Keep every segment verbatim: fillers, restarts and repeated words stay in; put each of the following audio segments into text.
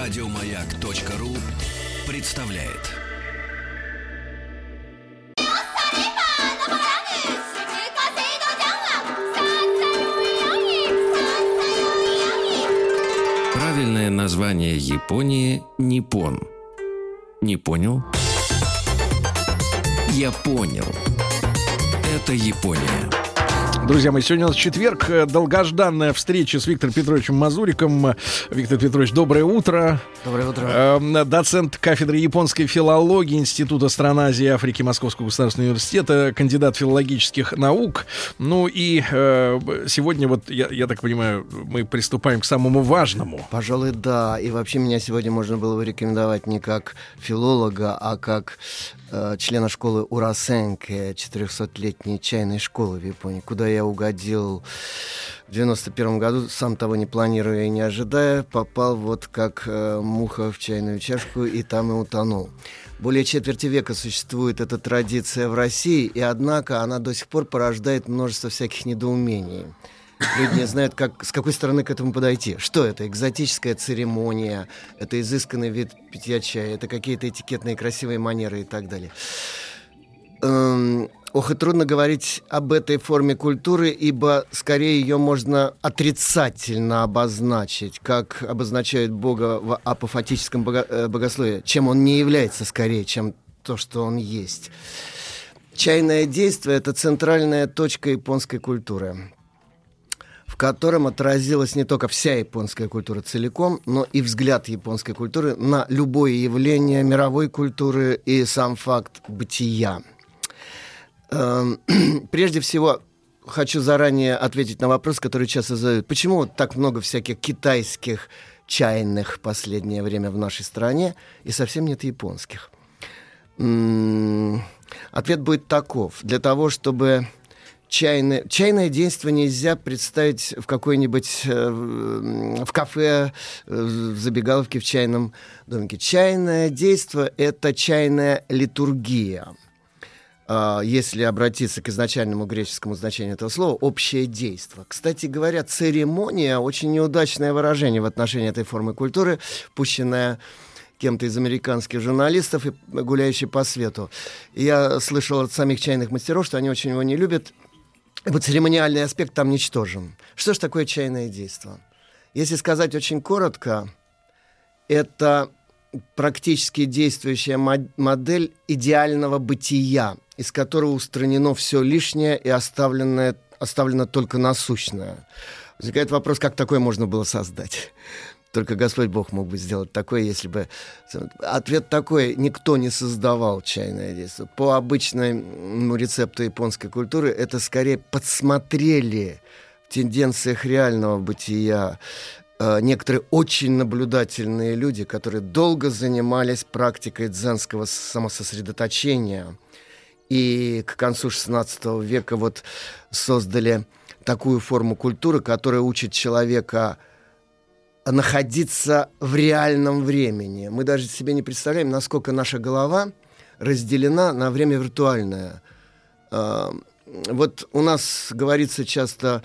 Радиомаяк.ру представляет. Правильное название Японии – Ниппон. Не понял? Я понял. Это Япония. Друзья мои, сегодня у нас четверг, долгожданная встреча с Виктором Петровичем Мазуриком. Виктор Петрович, доброе утро. Доброе утро. Э, доцент кафедры японской филологии Института стран Азии и Африки Московского государственного университета, кандидат филологических наук. Ну и э, сегодня, вот я, я так понимаю, мы приступаем к самому важному. Пожалуй, да. И вообще меня сегодня можно было бы рекомендовать не как филолога, а как э, члена школы Урасенке, четырехсотлетней чайной школы в Японии, куда я угодил в девяносто первом году, сам того не планируя и не ожидая, попал вот как э, муха в чайную чашку и там и утонул. Более четверти века существует эта традиция в России, и однако она до сих пор порождает множество всяких недоумений. Люди не знают, как, с какой стороны к этому подойти. Что это? Экзотическая церемония, это изысканный вид питья чая, это какие-то этикетные красивые манеры и так далее. Эм, ох, и трудно говорить об этой форме культуры, ибо скорее ее можно отрицательно обозначить, как обозначают Бога в апофатическом бого- э, богословии, чем он не является скорее, чем то, что он есть. Чайное действие — это центральная точка японской культуры, в котором отразилась не только вся японская культура целиком, но и взгляд японской культуры на любое явление мировой культуры и сам факт бытия. Прежде всего, хочу заранее ответить на вопрос, который часто задают. Почему вот так много всяких китайских чайных в последнее время в нашей стране и совсем нет японских? Ответ будет таков. Для того, чтобы... Чайное, чайное действие нельзя представить в какой-нибудь э, в кафе, э, в забегаловке, в чайном домике. Чайное действие — это чайная литургия. Э, если обратиться к изначальному греческому значению этого слова, общее действие. Кстати говоря, церемония — очень неудачное выражение в отношении этой формы культуры, пущенное кем-то из американских журналистов и гуляющий по свету. Я слышал от самих чайных мастеров, что они очень его не любят. Вот церемониальный аспект там ничтожен. Что же такое чайное действие? Если сказать очень коротко, это практически действующая модель идеального бытия, из которого устранено все лишнее и оставлено, оставлено только насущное. Возникает вопрос, как такое можно было создать? Только Господь Бог мог бы сделать такое, если бы... Ответ такой: никто не создавал чайное действие. По обычному рецепту японской культуры это скорее подсмотрели в тенденциях реального бытия э, некоторые очень наблюдательные люди, которые долго занимались практикой дзенского самососредоточения. И к концу шестнадцатого века вот создали такую форму культуры, которая учит человека находиться в реальном времени. Мы даже себе не представляем, насколько наша голова разделена на время виртуальное. Вот у нас говорится часто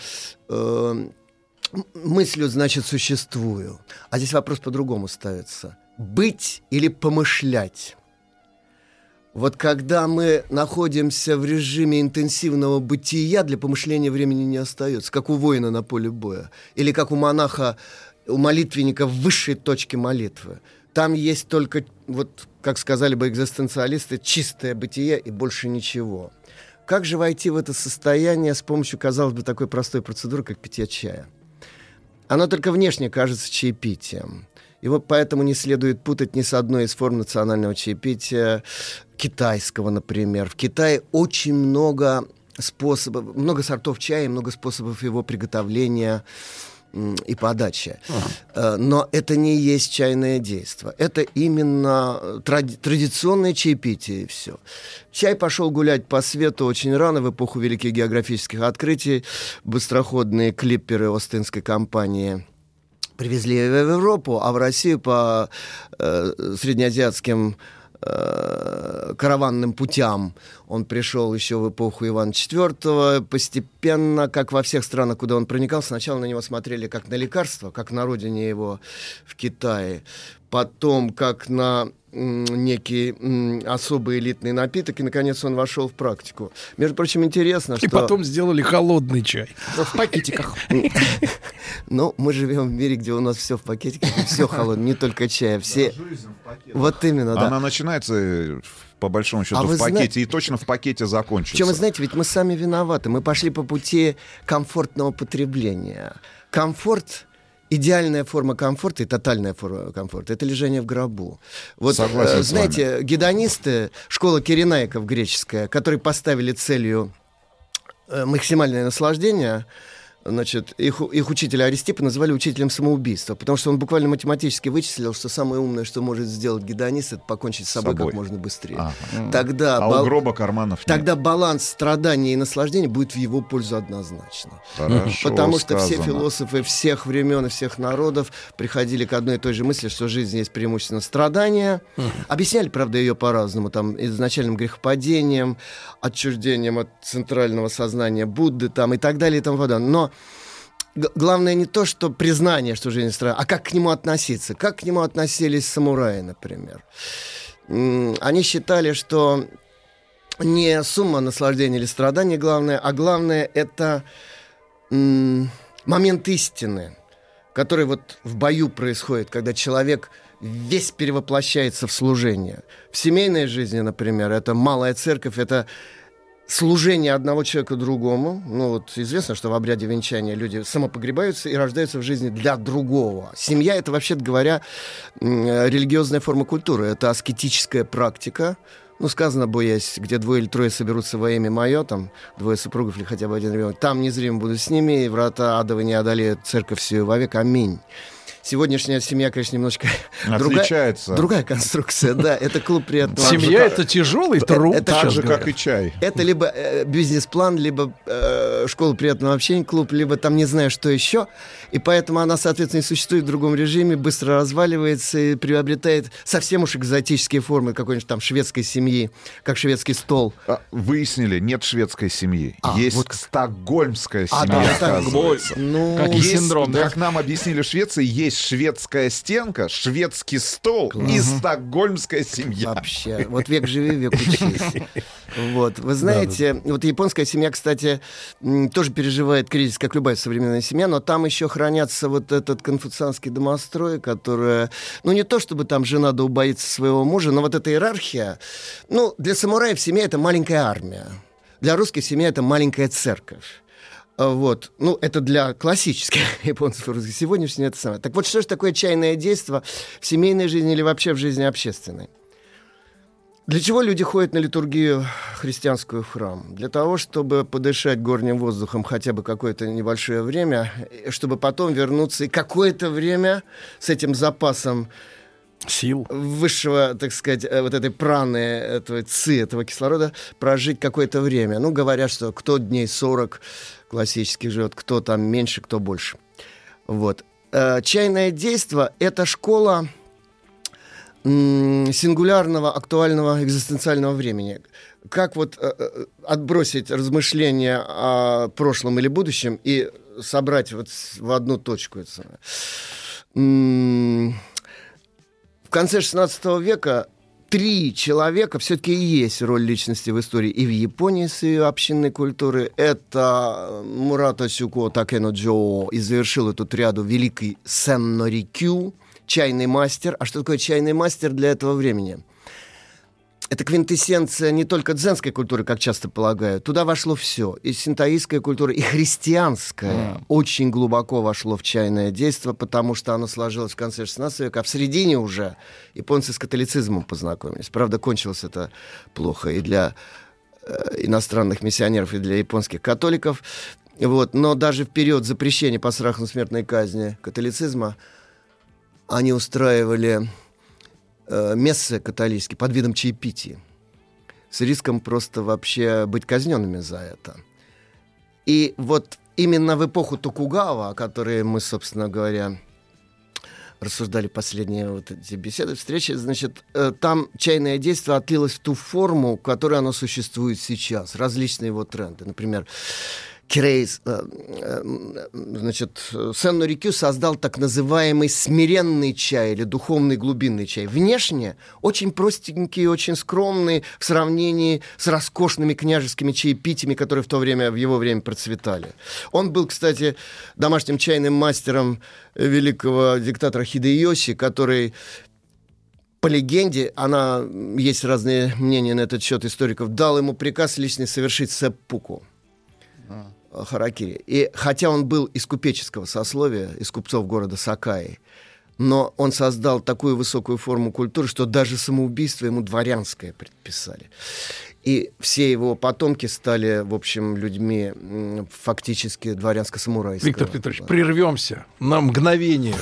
мыслью, значит, существую. А здесь вопрос по-другому ставится. Быть или помышлять? Вот когда мы находимся в режиме интенсивного бытия, для помышления времени не остается, как у воина на поле боя, или как у монаха, у молитвенника в высшей точке молитвы. Там есть только, вот, как сказали бы экзистенциалисты, чистое бытие и больше ничего. Как же войти в это состояние с помощью, казалось бы, такой простой процедуры, как питье чая? Оно только внешне кажется чаепитием. И вот поэтому не следует путать ни с одной из форм национального чаепития, китайского, например. В Китае очень много способов, много сортов чая, много способов его приготовления и подача. Uh-huh. Но это не есть чайное действие. Это именно тради- традиционное чаепитие и все. Чай пошел гулять по свету очень рано, в эпоху великих географических открытий. Быстроходные клипперы Остинской компании привезли его в Европу, а в Россию по э, среднеазиатским э, караванным путям Он пришел еще в эпоху Ивана четвёртого. Постепенно, как во всех странах, куда он проникал, сначала на него смотрели как на лекарство, как на родине его в Китае. Потом как на м, некий м, особый элитный напиток. И, наконец, он вошел в практику. Между прочим, интересно, что... И потом сделали холодный чай. В пакетиках. Ну, мы живем в мире, где у нас все в пакетиках, все холодное, не только чай. Все... Вот именно, да. Она начинается, по большому счету, А в вы пакете зна- и точно в пакете закончится. Причем, вы знаете, ведь мы сами виноваты. Мы пошли по пути комфортного потребления. Комфорт, идеальная форма комфорта и тотальная форма комфорта — это лежание в гробу. Вот, Согласен э, с знаете, гедонисты, школа Киренаиков греческая, которые поставили целью э, максимальное наслаждение, значит, их, их учителя Аристипа называли учителем самоубийства, потому что он буквально математически вычислил, что самое умное, что может сделать гедонист, это покончить с собой, Собой. как можно быстрее. Ага. Тогда, А бал- у гроба карманов нет. тогда баланс страдания и наслаждения будет в его пользу однозначно. Хорошо Потому что все сказано. философы всех времен и всех народов приходили к одной и той же мысли, что в жизни есть преимущественно страдания. Объясняли, правда, ее по-разному, там, изначальным грехопадением, отчуждением от центрального сознания Будды, там, и так далее, и тому подобное. Но г- главное не то, что признание, что жизнь страдает, а как к нему относиться. Как к нему относились самураи, например. М, Они считали, что не сумма наслаждения или страданий главное, а главное — это м, момент истины, который вот в бою происходит, когда человек весь перевоплощается в служение. В семейной жизни, например, это малая церковь, это служение одного человека другому. Ну вот известно, что в обряде венчания люди самопогребаются и рождаются в жизни для другого. Семья — это, вообще-то говоря, м, религиозная форма культуры. Это аскетическая практика. Ну, сказано, боясь, где двое или трое соберутся во имя мое, там, двое супругов или хотя бы один ребенок, там незримо буду с ними, и врата адовы не одолеют церковь сию вовек. Аминь. Сегодняшняя семья, конечно, немножечко другая, Отличается. другая конструкция, да, это клуб приятного Семья — это тяжелый труд. это Так сейчас же, говорят. как и чай. Это либо э, бизнес-план, либо э, школа приятного общения, клуб, либо там не знаю, что еще. И поэтому она, соответственно, и существует в другом режиме, быстро разваливается и приобретает совсем уж экзотические формы какой-нибудь там шведской семьи, как шведский стол. А, Выяснили, нет шведской семьи. А, Есть вот- стокгольмская А, семья, да, так, оказывается. ну, Как Есть, синдром, да? как нам объяснили в Швеции, есть шведская стенка, шведский стол и стокгольмская семья. вообще. Вот век живи, век учись. Вот. Вы знаете, вот японская семья, кстати, м, тоже переживает кризис, как любая современная семья, но там еще хранятся вот этот конфуцианский домострой, которая, ну, не то чтобы там жена да убоится своего мужа, но вот эта иерархия, ну, для самураев семья — это маленькая армия. Для русской семьи это маленькая церковь. А, Вот. Ну, это для классических японцев и русских. Сегодняшнее это самое. Так вот, что же такое чайное действо в семейной жизни или вообще в жизни общественной? Для чего люди ходят на литургию христианскую в храм? Для того, чтобы подышать горним воздухом хотя бы какое-то небольшое время, и чтобы потом вернуться и какое-то время с этим запасом Сил. высшего, так сказать, э, вот этой праны, этого ци, этого кислорода прожить какое-то время. Ну, говорят, что кто дней сорок классических живет, кто там меньше, кто больше. Вот. Э, Чайное действо — это школа м, сингулярного, актуального, экзистенциального времени. Как вот э, э, отбросить размышления о прошлом или будущем и собрать вот с- в одну точку это самое. М, В конце шестнадцатого века три человека все-таки и есть роль личности в истории. И в Японии с ее общинной культурой. Это Мурата Сюко Такено Джо и завершил эту триаду великий Сенно Рикю, чайный мастер. А что такое чайный мастер для этого времени? Это квинтэссенция не только дзенской культуры, как часто полагают. Туда вошло все. И синтоистская культура, и христианская mm. очень глубоко вошло в чайное действо, потому что оно сложилось в конце шестнадцатого века. А в середине уже японцы с католицизмом познакомились. Правда, кончилось это плохо и для э, иностранных миссионеров, и для японских католиков. Вот. Но даже в период запрещения по страху смертной казни католицизма они устраивали мессы католические под видом чаепития, с риском просто вообще быть казненными за это. И вот именно в эпоху Токугава, о которой мы, собственно говоря, рассуждали последние вот эти беседы, встречи, значит, э, там чайное действо отлилось в ту форму, в которой оно существует сейчас. Различные его тренды. Например, Крейс, э, э, значит, Сен-Норикю создал так называемый смиренный чай или духовный глубинный чай. Внешне очень простенький, очень скромный в сравнении с роскошными княжескими чаепитиями, которые в то время, в его время процветали. Он был, кстати, домашним чайным мастером великого диктатора Хидеёси, который... По легенде, она, есть разные мнения на этот счет историков, дал ему приказ лично совершить сэппуку. Харакири. И хотя он был из купеческого сословия, из купцов города Сакаи, но он создал такую высокую форму культуры, что даже самоубийство ему дворянское предписали. И все его потомки стали, в общем, людьми фактически дворянско-самурайского. Виктор Петрович, прервемся на мгновение.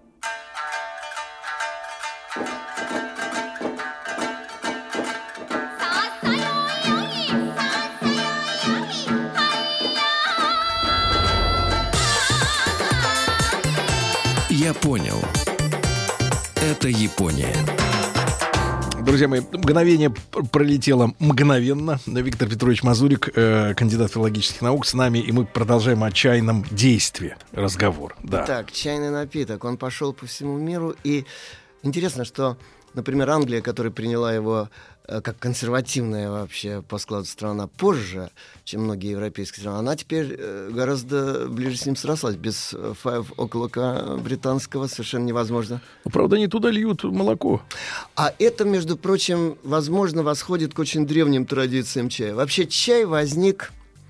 Я понял. Это Япония. Друзья мои, мгновение пролетело мгновенно. Виктор Петрович Мазурик, э, кандидат филологических наук, с нами, и мы продолжаем о чайном действии разговор. Да. Так, чайный напиток, он пошел по всему миру, и интересно, что, например, Англия, которая приняла его э, как консервативная вообще по складу страна позже, чем многие европейские страны, она теперь э, гораздо ближе с ним срослась. Без файв оклока британского совершенно невозможно. Ну, правда, они туда льют молоко. А это, между прочим, возможно, восходит к очень древним традициям чая. Вообще чай возник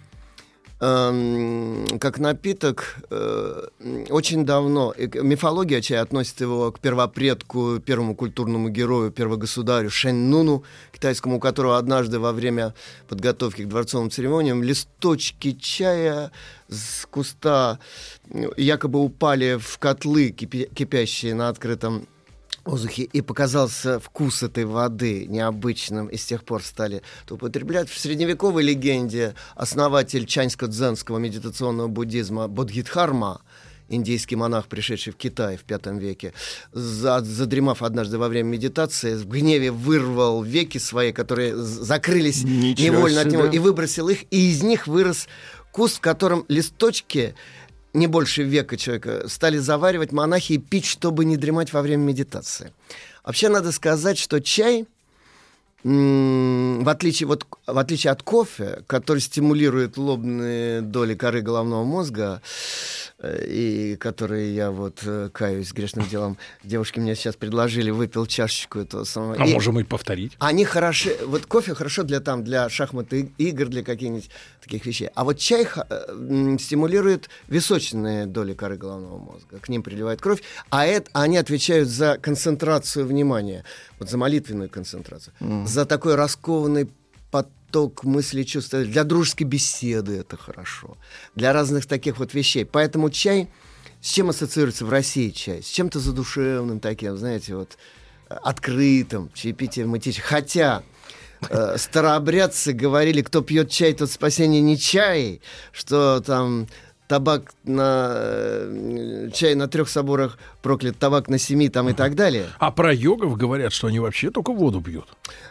эм, как напиток э, очень давно. И мифология чая относит его к первопредку, первому культурному герою, первогосударю Шэньнуну, китайскому, у которого однажды во время подготовки к дворцовым церемониям листочки чая с куста якобы упали в котлы, кипя- кипящие на открытом воздухе, и показался вкус этой воды необычным, и с тех пор стали это употреблять. В средневековой легенде основатель чаньско-дзенского медитационного буддизма Бодхидхарма, индийский монах, пришедший в Китай в пятом веке, задремав однажды во время медитации, в гневе вырвал веки свои, которые закрылись Ничего невольно себе. От него, и выбросил их, и из них вырос куст, в котором листочки не больше века человека стали заваривать монахи и пить, чтобы не дремать во время медитации. Вообще надо сказать, что чай, м- в, отличие, вот, в отличие от кофе, который стимулирует лобные доли коры головного мозга, и которые я вот каюсь грешным делом, девушки мне сейчас предложили, выпил чашечку этого самого. А и можем и повторить. Они хороши, вот кофе хорошо для там, для шахматных игр, для каких-нибудь таких вещей. А вот чай э, стимулирует височные доли коры головного мозга, к ним приливает кровь, а это, они отвечают за концентрацию внимания, вот за молитвенную концентрацию, mm. за такой раскованный поток мыслей, чувств. Для дружеской беседы это хорошо. Для разных таких вот вещей. Поэтому чай с чем ассоциируется в России чай? С чем-то задушевным таким, знаете, вот открытым, чаепитием и течь. Хотя э, старообрядцы говорили, кто пьет чай, тот спасение не чай, что там табак на э, чай на трех соборах проклят, табак на семи там и так далее. А про йогов говорят, что они вообще только воду пьют.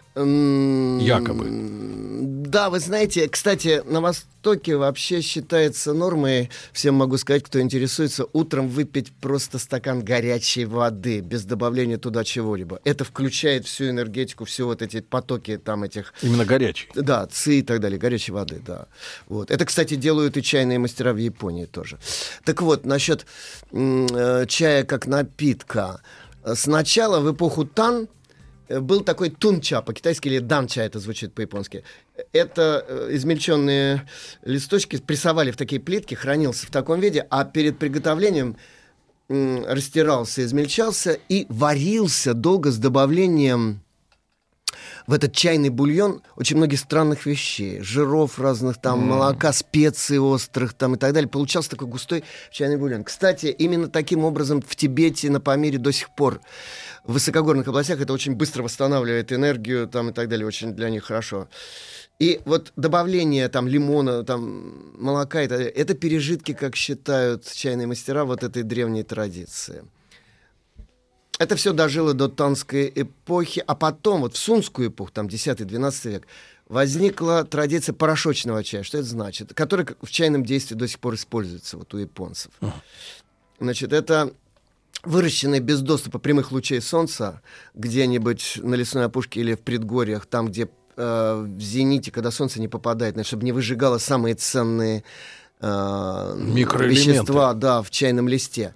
Якобы. Да, вы знаете, кстати, на Востоке вообще считается нормой, всем могу сказать, кто интересуется, утром выпить просто стакан горячей воды, без добавления туда чего-либо. Это включает всю энергетику, все вот эти потоки там этих... Именно горячей. Да, ци и так далее, горячей воды, да. Вот. Это, кстати, делают и чайные мастера в Японии тоже. Так вот, насчет м- чая как напитка. Сначала в эпоху Тан был такой тунча, по-китайски, или данча, это звучит по-японски. Это э, измельченные листочки прессовали в такие плитки, хранился в таком виде, а перед приготовлением м, растирался, измельчался и варился долго с добавлением в этот чайный бульон очень многих странных вещей. Жиров разных, там, mm. молока, специй острых там, и так далее. Получался такой густой чайный бульон. Кстати, именно таким образом в Тибете, на Памире до сих пор в высокогорных областях это очень быстро восстанавливает энергию там, и так далее. Очень для них хорошо. И вот добавление там лимона, там, молока и так далее, это пережитки, как считают чайные мастера, вот этой древней традиции. Это все дожило до танской эпохи, а потом, вот в сунскую эпоху, там десятый-двенадцатый век, возникла традиция порошочного чая. Что это значит? Который в чайном действии до сих пор используется вот у японцев. Uh-huh. Значит, это выращенные без доступа прямых лучей солнца где-нибудь на лесной опушке или в предгорьях, там, где э, в зените, когда солнце не попадает, чтобы не выжигало самые ценные э, вещества, да, в чайном листе.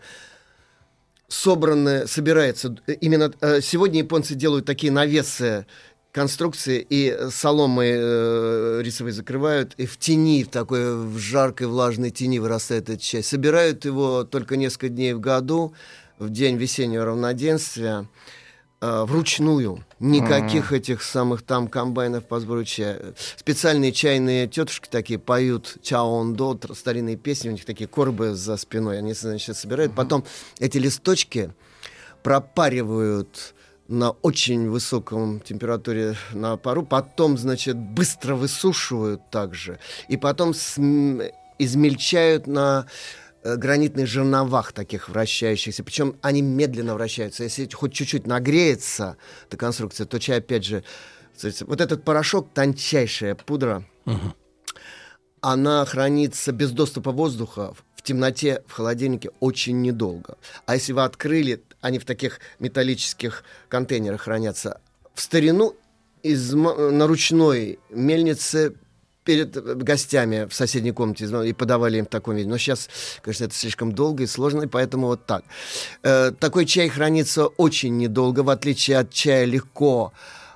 Собраны, собирается. Именно э, сегодня японцы делают такие навесы, конструкции, и соломой э, рисовой закрывают, и в тени, в такой в жаркой влажной тени вырастает этот чай. Собирают его только несколько дней в году, в день весеннего равноденствия, э, вручную. Никаких mm-hmm. этих самых там комбайнов по сбору чая. Специальные чайные тетушки такие поют чаондо, старинные песни, у них такие корбы за спиной, они, значит, собирают. Mm-hmm. Потом эти листочки пропаривают на очень высоком температуре на пару, потом, значит, быстро высушивают также, и потом см- измельчают на э, гранитных жерновах таких вращающихся, причем они медленно вращаются. Если хоть чуть-чуть нагреется эта конструкция, то чай, опять же, вот этот порошок, тончайшая пудра, uh-huh. она хранится без доступа воздуха в темноте, в холодильнике очень недолго. А если вы открыли, они в таких металлических контейнерах хранятся. В старину из, на ручной мельнице перед гостями в соседней комнате и подавали им в таком виде. Но сейчас, конечно, это слишком долго и сложно, и поэтому вот так. Э, такой чай хранится очень недолго, в отличие от чая легко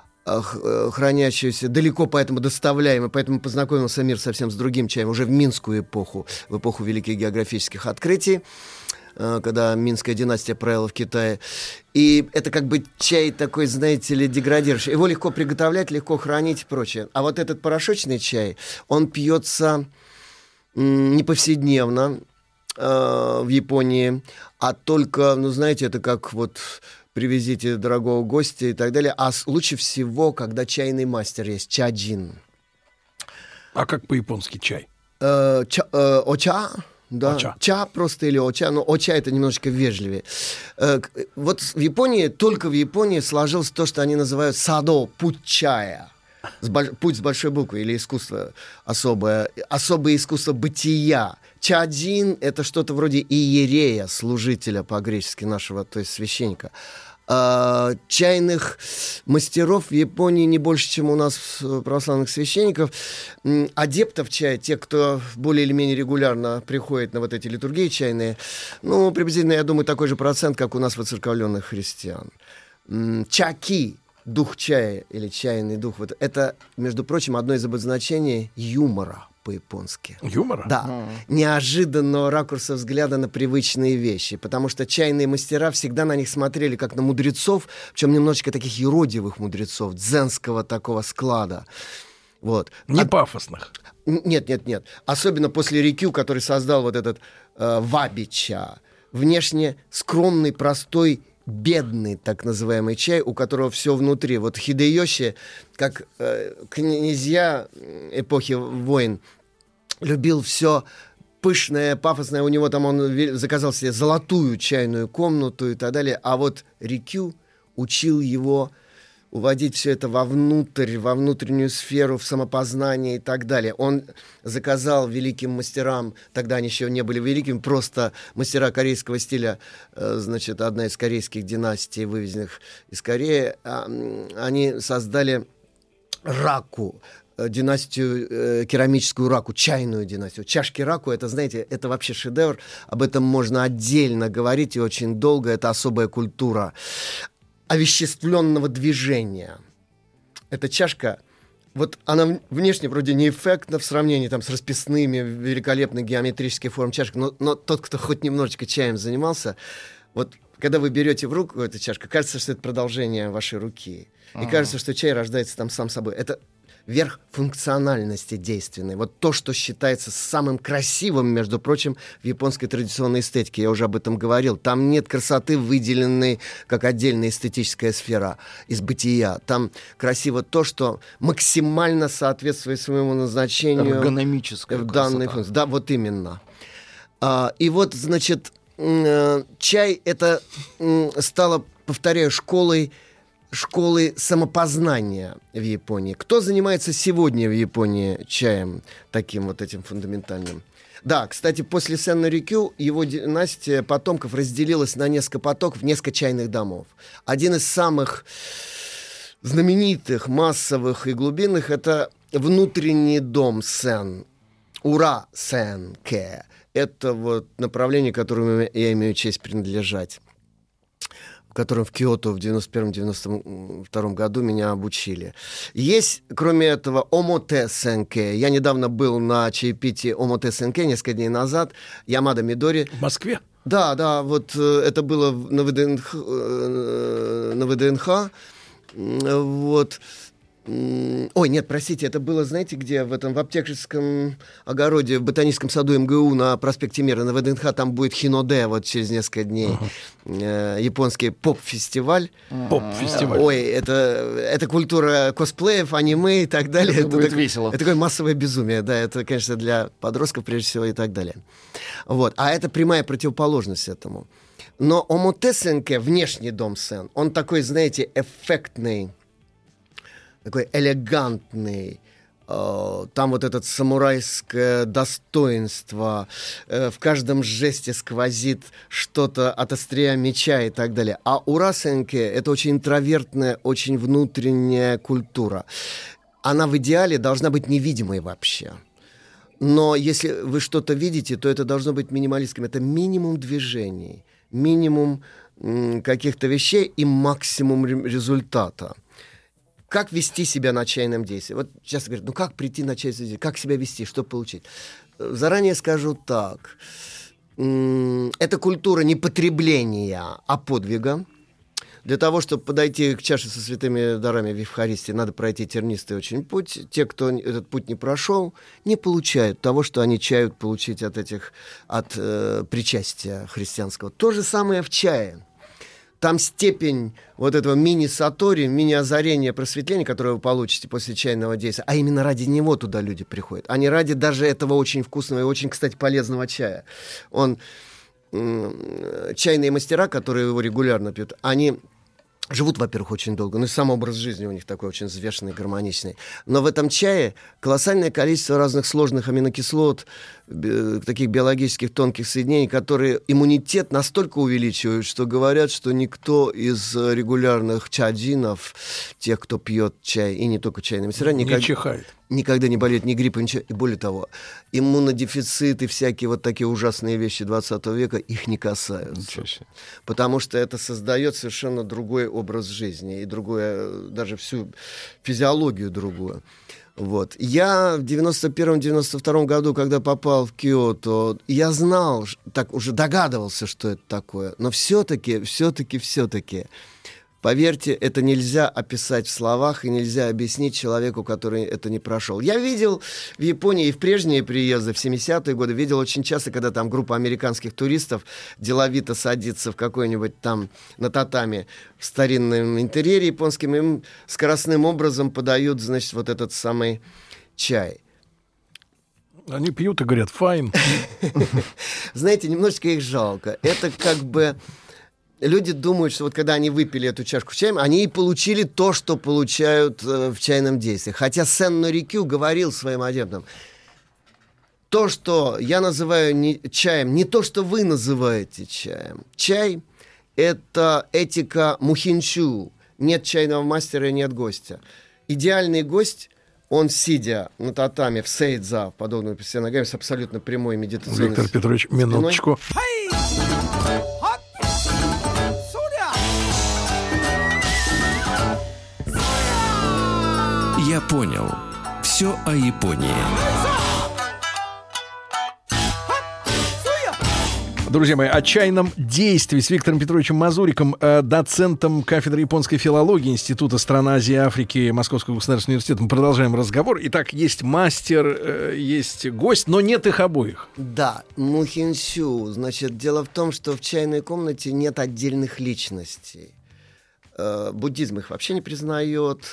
хранящийся, далеко поэтому доставляемый, поэтому познакомился мир совсем с другим чаем, уже в Минскую эпоху, в эпоху великих географических открытий, когда Минская династия правила в Китае. И это как бы чай такой, знаете ли, деградирующий. Его легко приготовлять, легко хранить и прочее. А вот этот порошочный чай, он пьется м- не повседневно э- в Японии, а только, ну, знаете, это как вот привезите дорогого гостя и так далее. А лучше всего, когда чайный мастер есть, чаджин. А как по-японски чай? Э, ча, э, оча, да. Оча. Ча просто или оча, но оча это немножечко вежливее. Э, вот в Японии, только в Японии сложилось то, что они называют садо, путь чая. С боль... Путь с большой буквы или искусство особое, особое искусство бытия. Чаджин — это что-то вроде иерея, служителя по-гречески нашего, то есть священника. А, чайных мастеров в Японии не больше, чем у нас православных священников. Адептов чая, те, кто более или менее регулярно приходит на вот эти литургии чайные, ну, приблизительно, я думаю, такой же процент, как у нас воцерковленных христиан. Чаки, дух чая или чайный дух, вот это, между прочим, одно из обозначений юмора по-японски. Юмора? Да. Mm. Неожиданного ракурса взгляда на привычные вещи, потому что чайные мастера всегда на них смотрели как на мудрецов, причем немножечко таких юродивых мудрецов, дзенского такого склада. Вот. Не а... пафосных. Нет, нет, нет. Особенно после Рикю, который создал вот этот э, вабича. Внешне скромный, простой, бедный, так называемый чай, у которого все внутри. Вот Хидэёси, как э, князья эпохи войн, любил все пышное, пафосное. У него там он заказал себе золотую чайную комнату и так далее. А вот Рикю учил его уводить все это вовнутрь, во внутреннюю сферу, в самопознание и так далее. Он заказал великим мастерам, тогда они еще не были великими, просто мастера корейского стиля, э, значит, одна из корейских династий, вывезенных из Кореи, э, они создали раку, э, династию, э, керамическую раку, чайную династию. Чашки раку, это, знаете, это вообще шедевр, об этом можно отдельно говорить и очень долго, это особая культура овеществленного движения. Эта чашка, вот она внешне вроде неэффектна в сравнении там, с расписными, великолепной геометрической форм чашек, но, но тот, кто хоть немножечко чаем занимался, вот когда вы берете в руку эту чашку, кажется, что это продолжение вашей руки. И А-а-а. кажется, что чай рождается там сам собой. Это верх функциональности действенной. Вот то, что считается самым красивым, между прочим, в японской традиционной эстетике. Я уже об этом говорил. Там нет красоты, выделенной как отдельная эстетическая сфера из бытия. Там красиво то, что максимально соответствует своему назначению. Эргономическая в данной функции. Да, вот именно. А, и вот, значит, чай это стало повторяю, школой, школой самопознания в Японии. Кто занимается сегодня в Японии чаем таким вот этим фундаментальным? Да, кстати, после Сен-Норикю его династия потомков разделилась на несколько потоков, несколько чайных домов. Один из самых знаменитых, массовых и глубинных — это внутренний дом Сен, Ура Сенке. Это вот направление, которому я имею честь принадлежать, в котором в Киото в девяносто первом — девяносто втором году меня обучили. Есть, кроме этого, Омоте Сенке. Я недавно был на чаепитии Омоте Сенке, несколько дней назад, Ямада Мидори. В Москве? Да, да, вот это было на ВДНХ, на ВДНХ. Вот. Ой, нет, простите, это было, знаете, где? В этом, в аптекарском огороде, в ботаническом саду МГУ на проспекте Мира, на ВДНХ, там будет Хиноде вот через несколько дней. Uh-huh. Э, японский поп-фестиваль. Поп-фестиваль. Ой, это, это культура косплеев, аниме и так далее. Это, это будет так, весело. Это такое массовое безумие, да, это, конечно, для подростков прежде всего и так далее. Вот, а это прямая противоположность этому. Но Омоте Сенке, внешний дом Сен, он такой, знаете, эффектный, такой элегантный, э, там вот это самурайское достоинство, э, в каждом жесте сквозит что-то от острия меча и так далее. А Ура Сенке — это очень интровертная, очень внутренняя культура. Она в идеале должна быть невидимой вообще. Но если вы что-то видите, то это должно быть минималистским. Это минимум движений, минимум м, каких-то вещей и максимум ре- результата. Как вести себя на чайном действии? Вот часто говорят, ну как прийти на чайное действие? Как себя вести? Что получить? Заранее скажу так. М, Это культура не потребления, а подвига. Для того, чтобы подойти к чаше со святыми дарами в Евхаристии, надо пройти тернистый очень путь. Те, кто этот путь не прошел, не получают того, что они чают получить от этих, от э, причастия христианского. То же самое в чае. Там степень вот этого мини-сатори, мини-озарения, просветления, которое вы получите после чайного действия, а именно ради него туда люди приходят, а не ради даже этого очень вкусного и очень, кстати, полезного чая. Он, м- чайные мастера, которые его регулярно пьют, они живут, во-первых, очень долго, ну и сам образ жизни у них такой очень взвешенный, гармоничный. Но в этом чае колоссальное количество разных сложных аминокислот, би- таких биологических тонких соединений, которые иммунитет настолько увеличивают, что говорят, что никто из регулярных чаджинов, тех, кто пьет чай, и не только чайные мастера, Не никогда, чихает. никогда не болеет ни гриппом, ничего. И более того, иммунодефицит и всякие вот такие ужасные вещи двадцатого века их не касаются. Потому что это создает совершенно другой образ жизни и другое, даже всю физиологию другую. Вот. Я в девяносто первом — девяносто втором году, когда попал в Киото, я знал, так уже догадывался, что это такое, но все-таки, все-таки, все-таки, поверьте, это нельзя описать в словах и нельзя объяснить человеку, который это не прошел. Я видел в Японии и в прежние приезды, в семидесятые годы, видел очень часто, когда там группа американских туристов деловито садится в какой-нибудь там на татами в старинном интерьере японском, им скоростным образом подают, значит, вот этот самый чай. Они пьют и говорят, файн. Знаете, немножечко их жалко. Это как бы... Люди думают, что вот когда они выпили эту чашку чая, они и получили то, что получают э, в чайном действии. Хотя Сен-Норикю говорил своим адептам, то, что я называю не, чаем, не то, что вы называете чаем. Чай — это этика мухинчу. Нет чайного мастера и нет гостя. Идеальный гость, он, сидя на татами в сейдза, подобную себе ногами, с абсолютно прямой медитационной Виктор Петрович, спиной. минуточку. Я понял. Все о Японии. Друзья мои, о чайном действии с Виктором Петровичем Мазуриком, э, доцентом кафедры японской филологии Института стран Азии и Африки Московского государственного университета. Мы продолжаем разговор. Итак, есть мастер, э, есть гость, но нет их обоих. Да, мухинсю. Значит, дело в том, что в чайной комнате нет отдельных личностей. Э, буддизм их вообще не признает.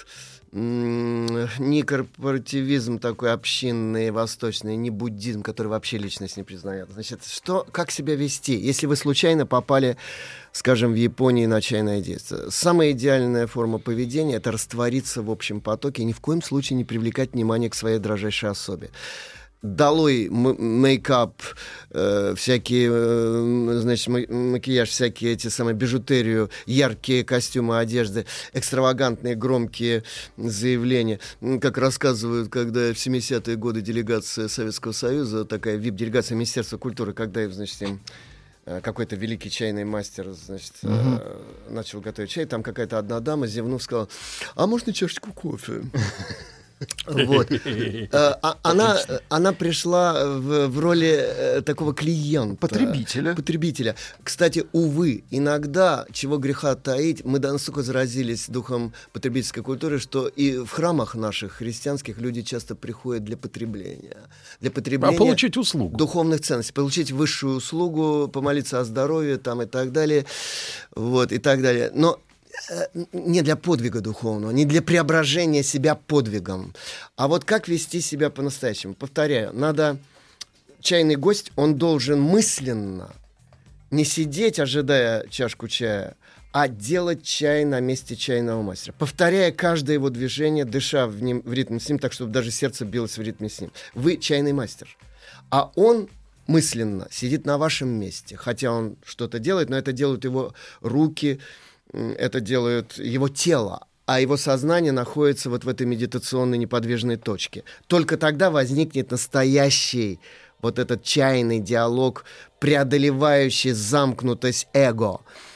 ни корпоративизм такой общинный, восточный, ни буддизм, который вообще личность не признает. Значит, что, как себя вести, если вы случайно попали, скажем, в Японии на чайное действие? Самая идеальная форма поведения — это раствориться в общем потоке и ни в коем случае не привлекать внимание к своей дрожайшей особе. Долой мейкап, э, всякие, э, значит, макияж, всякие эти самые бижутерию, яркие костюмы, одежды, экстравагантные, громкие заявления. Как рассказывают, когда в семидесятые годы делегация Советского Союза, такая вип-делегация Министерства культуры, когда, значит, им какой-то великий чайный мастер, значит, uh-huh. э, начал готовить чай, там какая-то одна дама, зевнув, сказала: «А можно чашечку кофе?» Вот. Она, она пришла в, в роли такого клиента. Потребителя. Потребителя. Кстати, увы, иногда, чего греха таить, мы настолько заразились духом потребительской культуры, что и в храмах наших христианских люди часто приходят для потребления. Для потребления. А получить услугу. Духовных ценностей. Получить высшую услугу, помолиться о здоровье там, и так далее. Вот, и так далее. Но не для подвига духовного, не для преображения себя подвигом. А вот как вести себя по-настоящему? Повторяю, надо... Чайный гость, он должен мысленно не сидеть, ожидая чашку чая, а делать чай на месте чайного мастера, повторяя каждое его движение, дыша в, ним, в ритм с ним, так, чтобы даже сердце билось в ритме с ним. Вы чайный мастер. А он мысленно сидит на вашем месте, хотя он что-то делает, но это делают его руки, это делает его тело, а его сознание находится вот в этой медитационной неподвижной точке. Только тогда возникнет настоящий вот этот чайный диалог, преодолевающий замкнутость эго.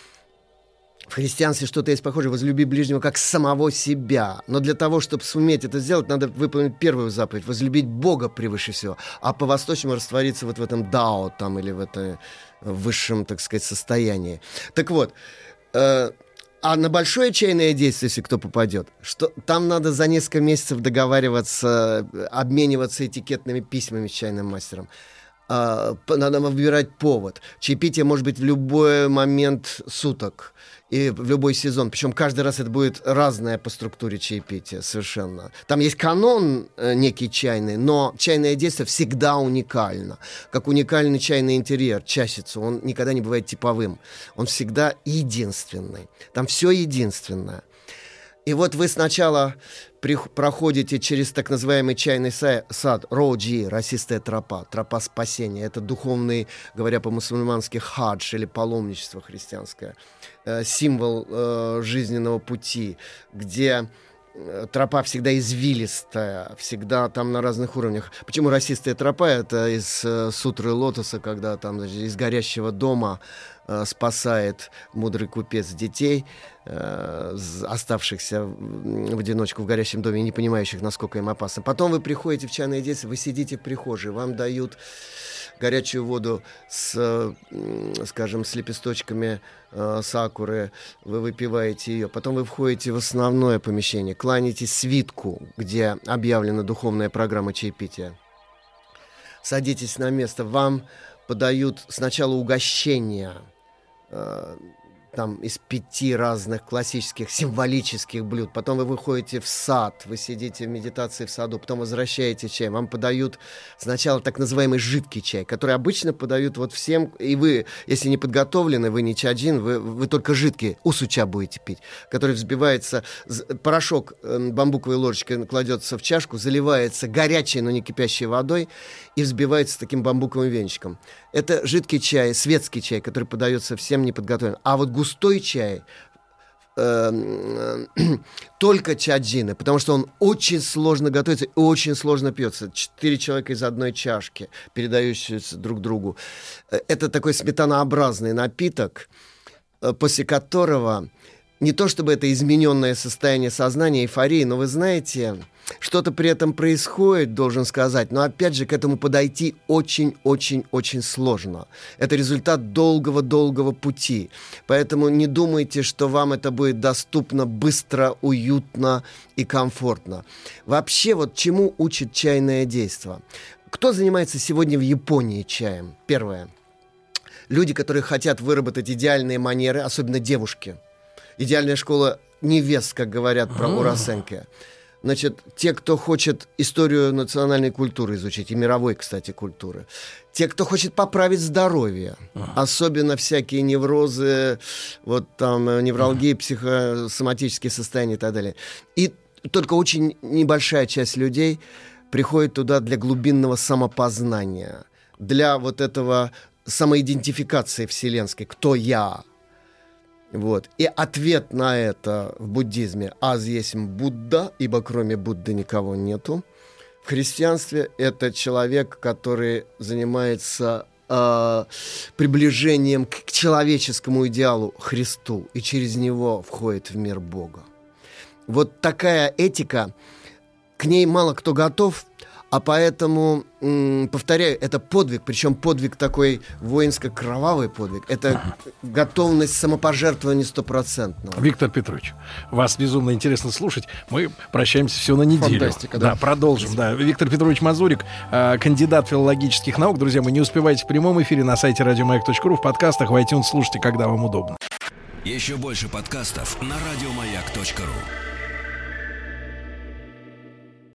В христианстве что-то есть похожее: возлюби ближнего как самого себя. Но для того, чтобы суметь это сделать, надо выполнить первую заповедь — возлюбить Бога превыше всего, а по-восточному раствориться вот в этом дао там, или в этом высшем, так сказать, состоянии. Так вот, э- А на большое чайное действие, если кто попадет, что там надо за несколько месяцев договариваться, обмениваться этикетными письмами с чайным мастером. А, надо выбирать повод. Чаепитие может быть в любой момент суток и в любой сезон. Причем каждый раз это будет разное по структуре чаепития совершенно. Там есть канон э, некий чайный, но чайное действие всегда уникально. Как уникальный чайный интерьер, часицу, он никогда не бывает типовым. Он всегда единственный. Там все единственное. И вот вы сначала при, проходите через так называемый чайный сад, роджи, расистая тропа, тропа спасения. Это духовный, говоря по-мусульмански, хадж или паломничество христианское, э, символ э, жизненного пути, где э, тропа всегда извилистая, всегда там на разных уровнях. Почему расистая тропа? Это из э, сутры лотоса, когда там, значит, из горящего дома э, спасает мудрый купец детей, оставшихся в одиночку в горящем доме и не понимающих, насколько им опасно. Потом вы приходите в чайное действие, вы сидите в прихожей, вам дают горячую воду с, скажем, с лепесточками э, сакуры, вы выпиваете ее. Потом вы входите в основное помещение, кланяетесь свитку, где объявлена духовная программа чаепития. Садитесь на место, вам подают сначала угощения, э, там из пяти разных классических символических блюд. Потом вы выходите в сад, вы сидите в медитации в саду, потом возвращаете чай. Вам подают сначала так называемый жидкий чай, который обычно подают вот всем. И вы, если не подготовлены, вы не чаджин, вы, вы только жидкий усуча будете пить, который взбивается, порошок бамбуковой ложечкой кладется в чашку, заливается горячей, но не кипящей водой и взбивается таким бамбуковым венчиком. Это жидкий чай, светский чай, который подается всем неподготовленным. А вот густой чай э, э, только чаджины, потому что он очень сложно готовится и очень сложно пьется. Четыре человека из одной чашки, передающиеся друг другу. Это такой сметанообразный напиток, после которого не то чтобы это измененное состояние сознания, эйфории, но вы знаете, что-то при этом происходит, должен сказать, но опять же к этому подойти очень-очень-очень сложно. Это результат долгого-долгого пути. Поэтому не думайте, что вам это будет доступно быстро, уютно и комфортно. Вообще, вот чему учит чайное действо? Кто занимается сегодня в Японии чаем? Первое. Люди, которые хотят выработать идеальные манеры, особенно девушки. Идеальная школа невест, как говорят про Урасенке. Значит, те, кто хочет историю национальной культуры изучить, и мировой, кстати, культуры, те, кто хочет поправить здоровье, ага. особенно всякие неврозы, вот там невралгии, ага. психосоматические состояния и так далее. И только очень небольшая часть людей приходит туда для глубинного самопознания, для вот этого самоидентификации вселенской, кто я. Вот. И ответ на это в буддизме «аз есть Будда», ибо кроме Будды никого нету. В христианстве это человек, который занимается э, приближением к человеческому идеалу Христу и через него входит в мир Бога. Вот такая этика, к ней мало кто готов, а поэтому, м, повторяю, это подвиг, причем подвиг такой воинско-кровавый подвиг. Это готовность самопожертвования стопроцентного. Виктор Петрович, вас безумно интересно слушать. Мы прощаемся всего на неделю. Фантастика, да. Да, продолжим. Да. Виктор Петрович Мазурик, э, кандидат филологических наук. Друзья, мы не успевайте в прямом эфире на сайте радиомаяк точка ру, в подкастах, в iTunes, слушайте, когда вам удобно. Еще больше подкастов на радиомаяк точка ру.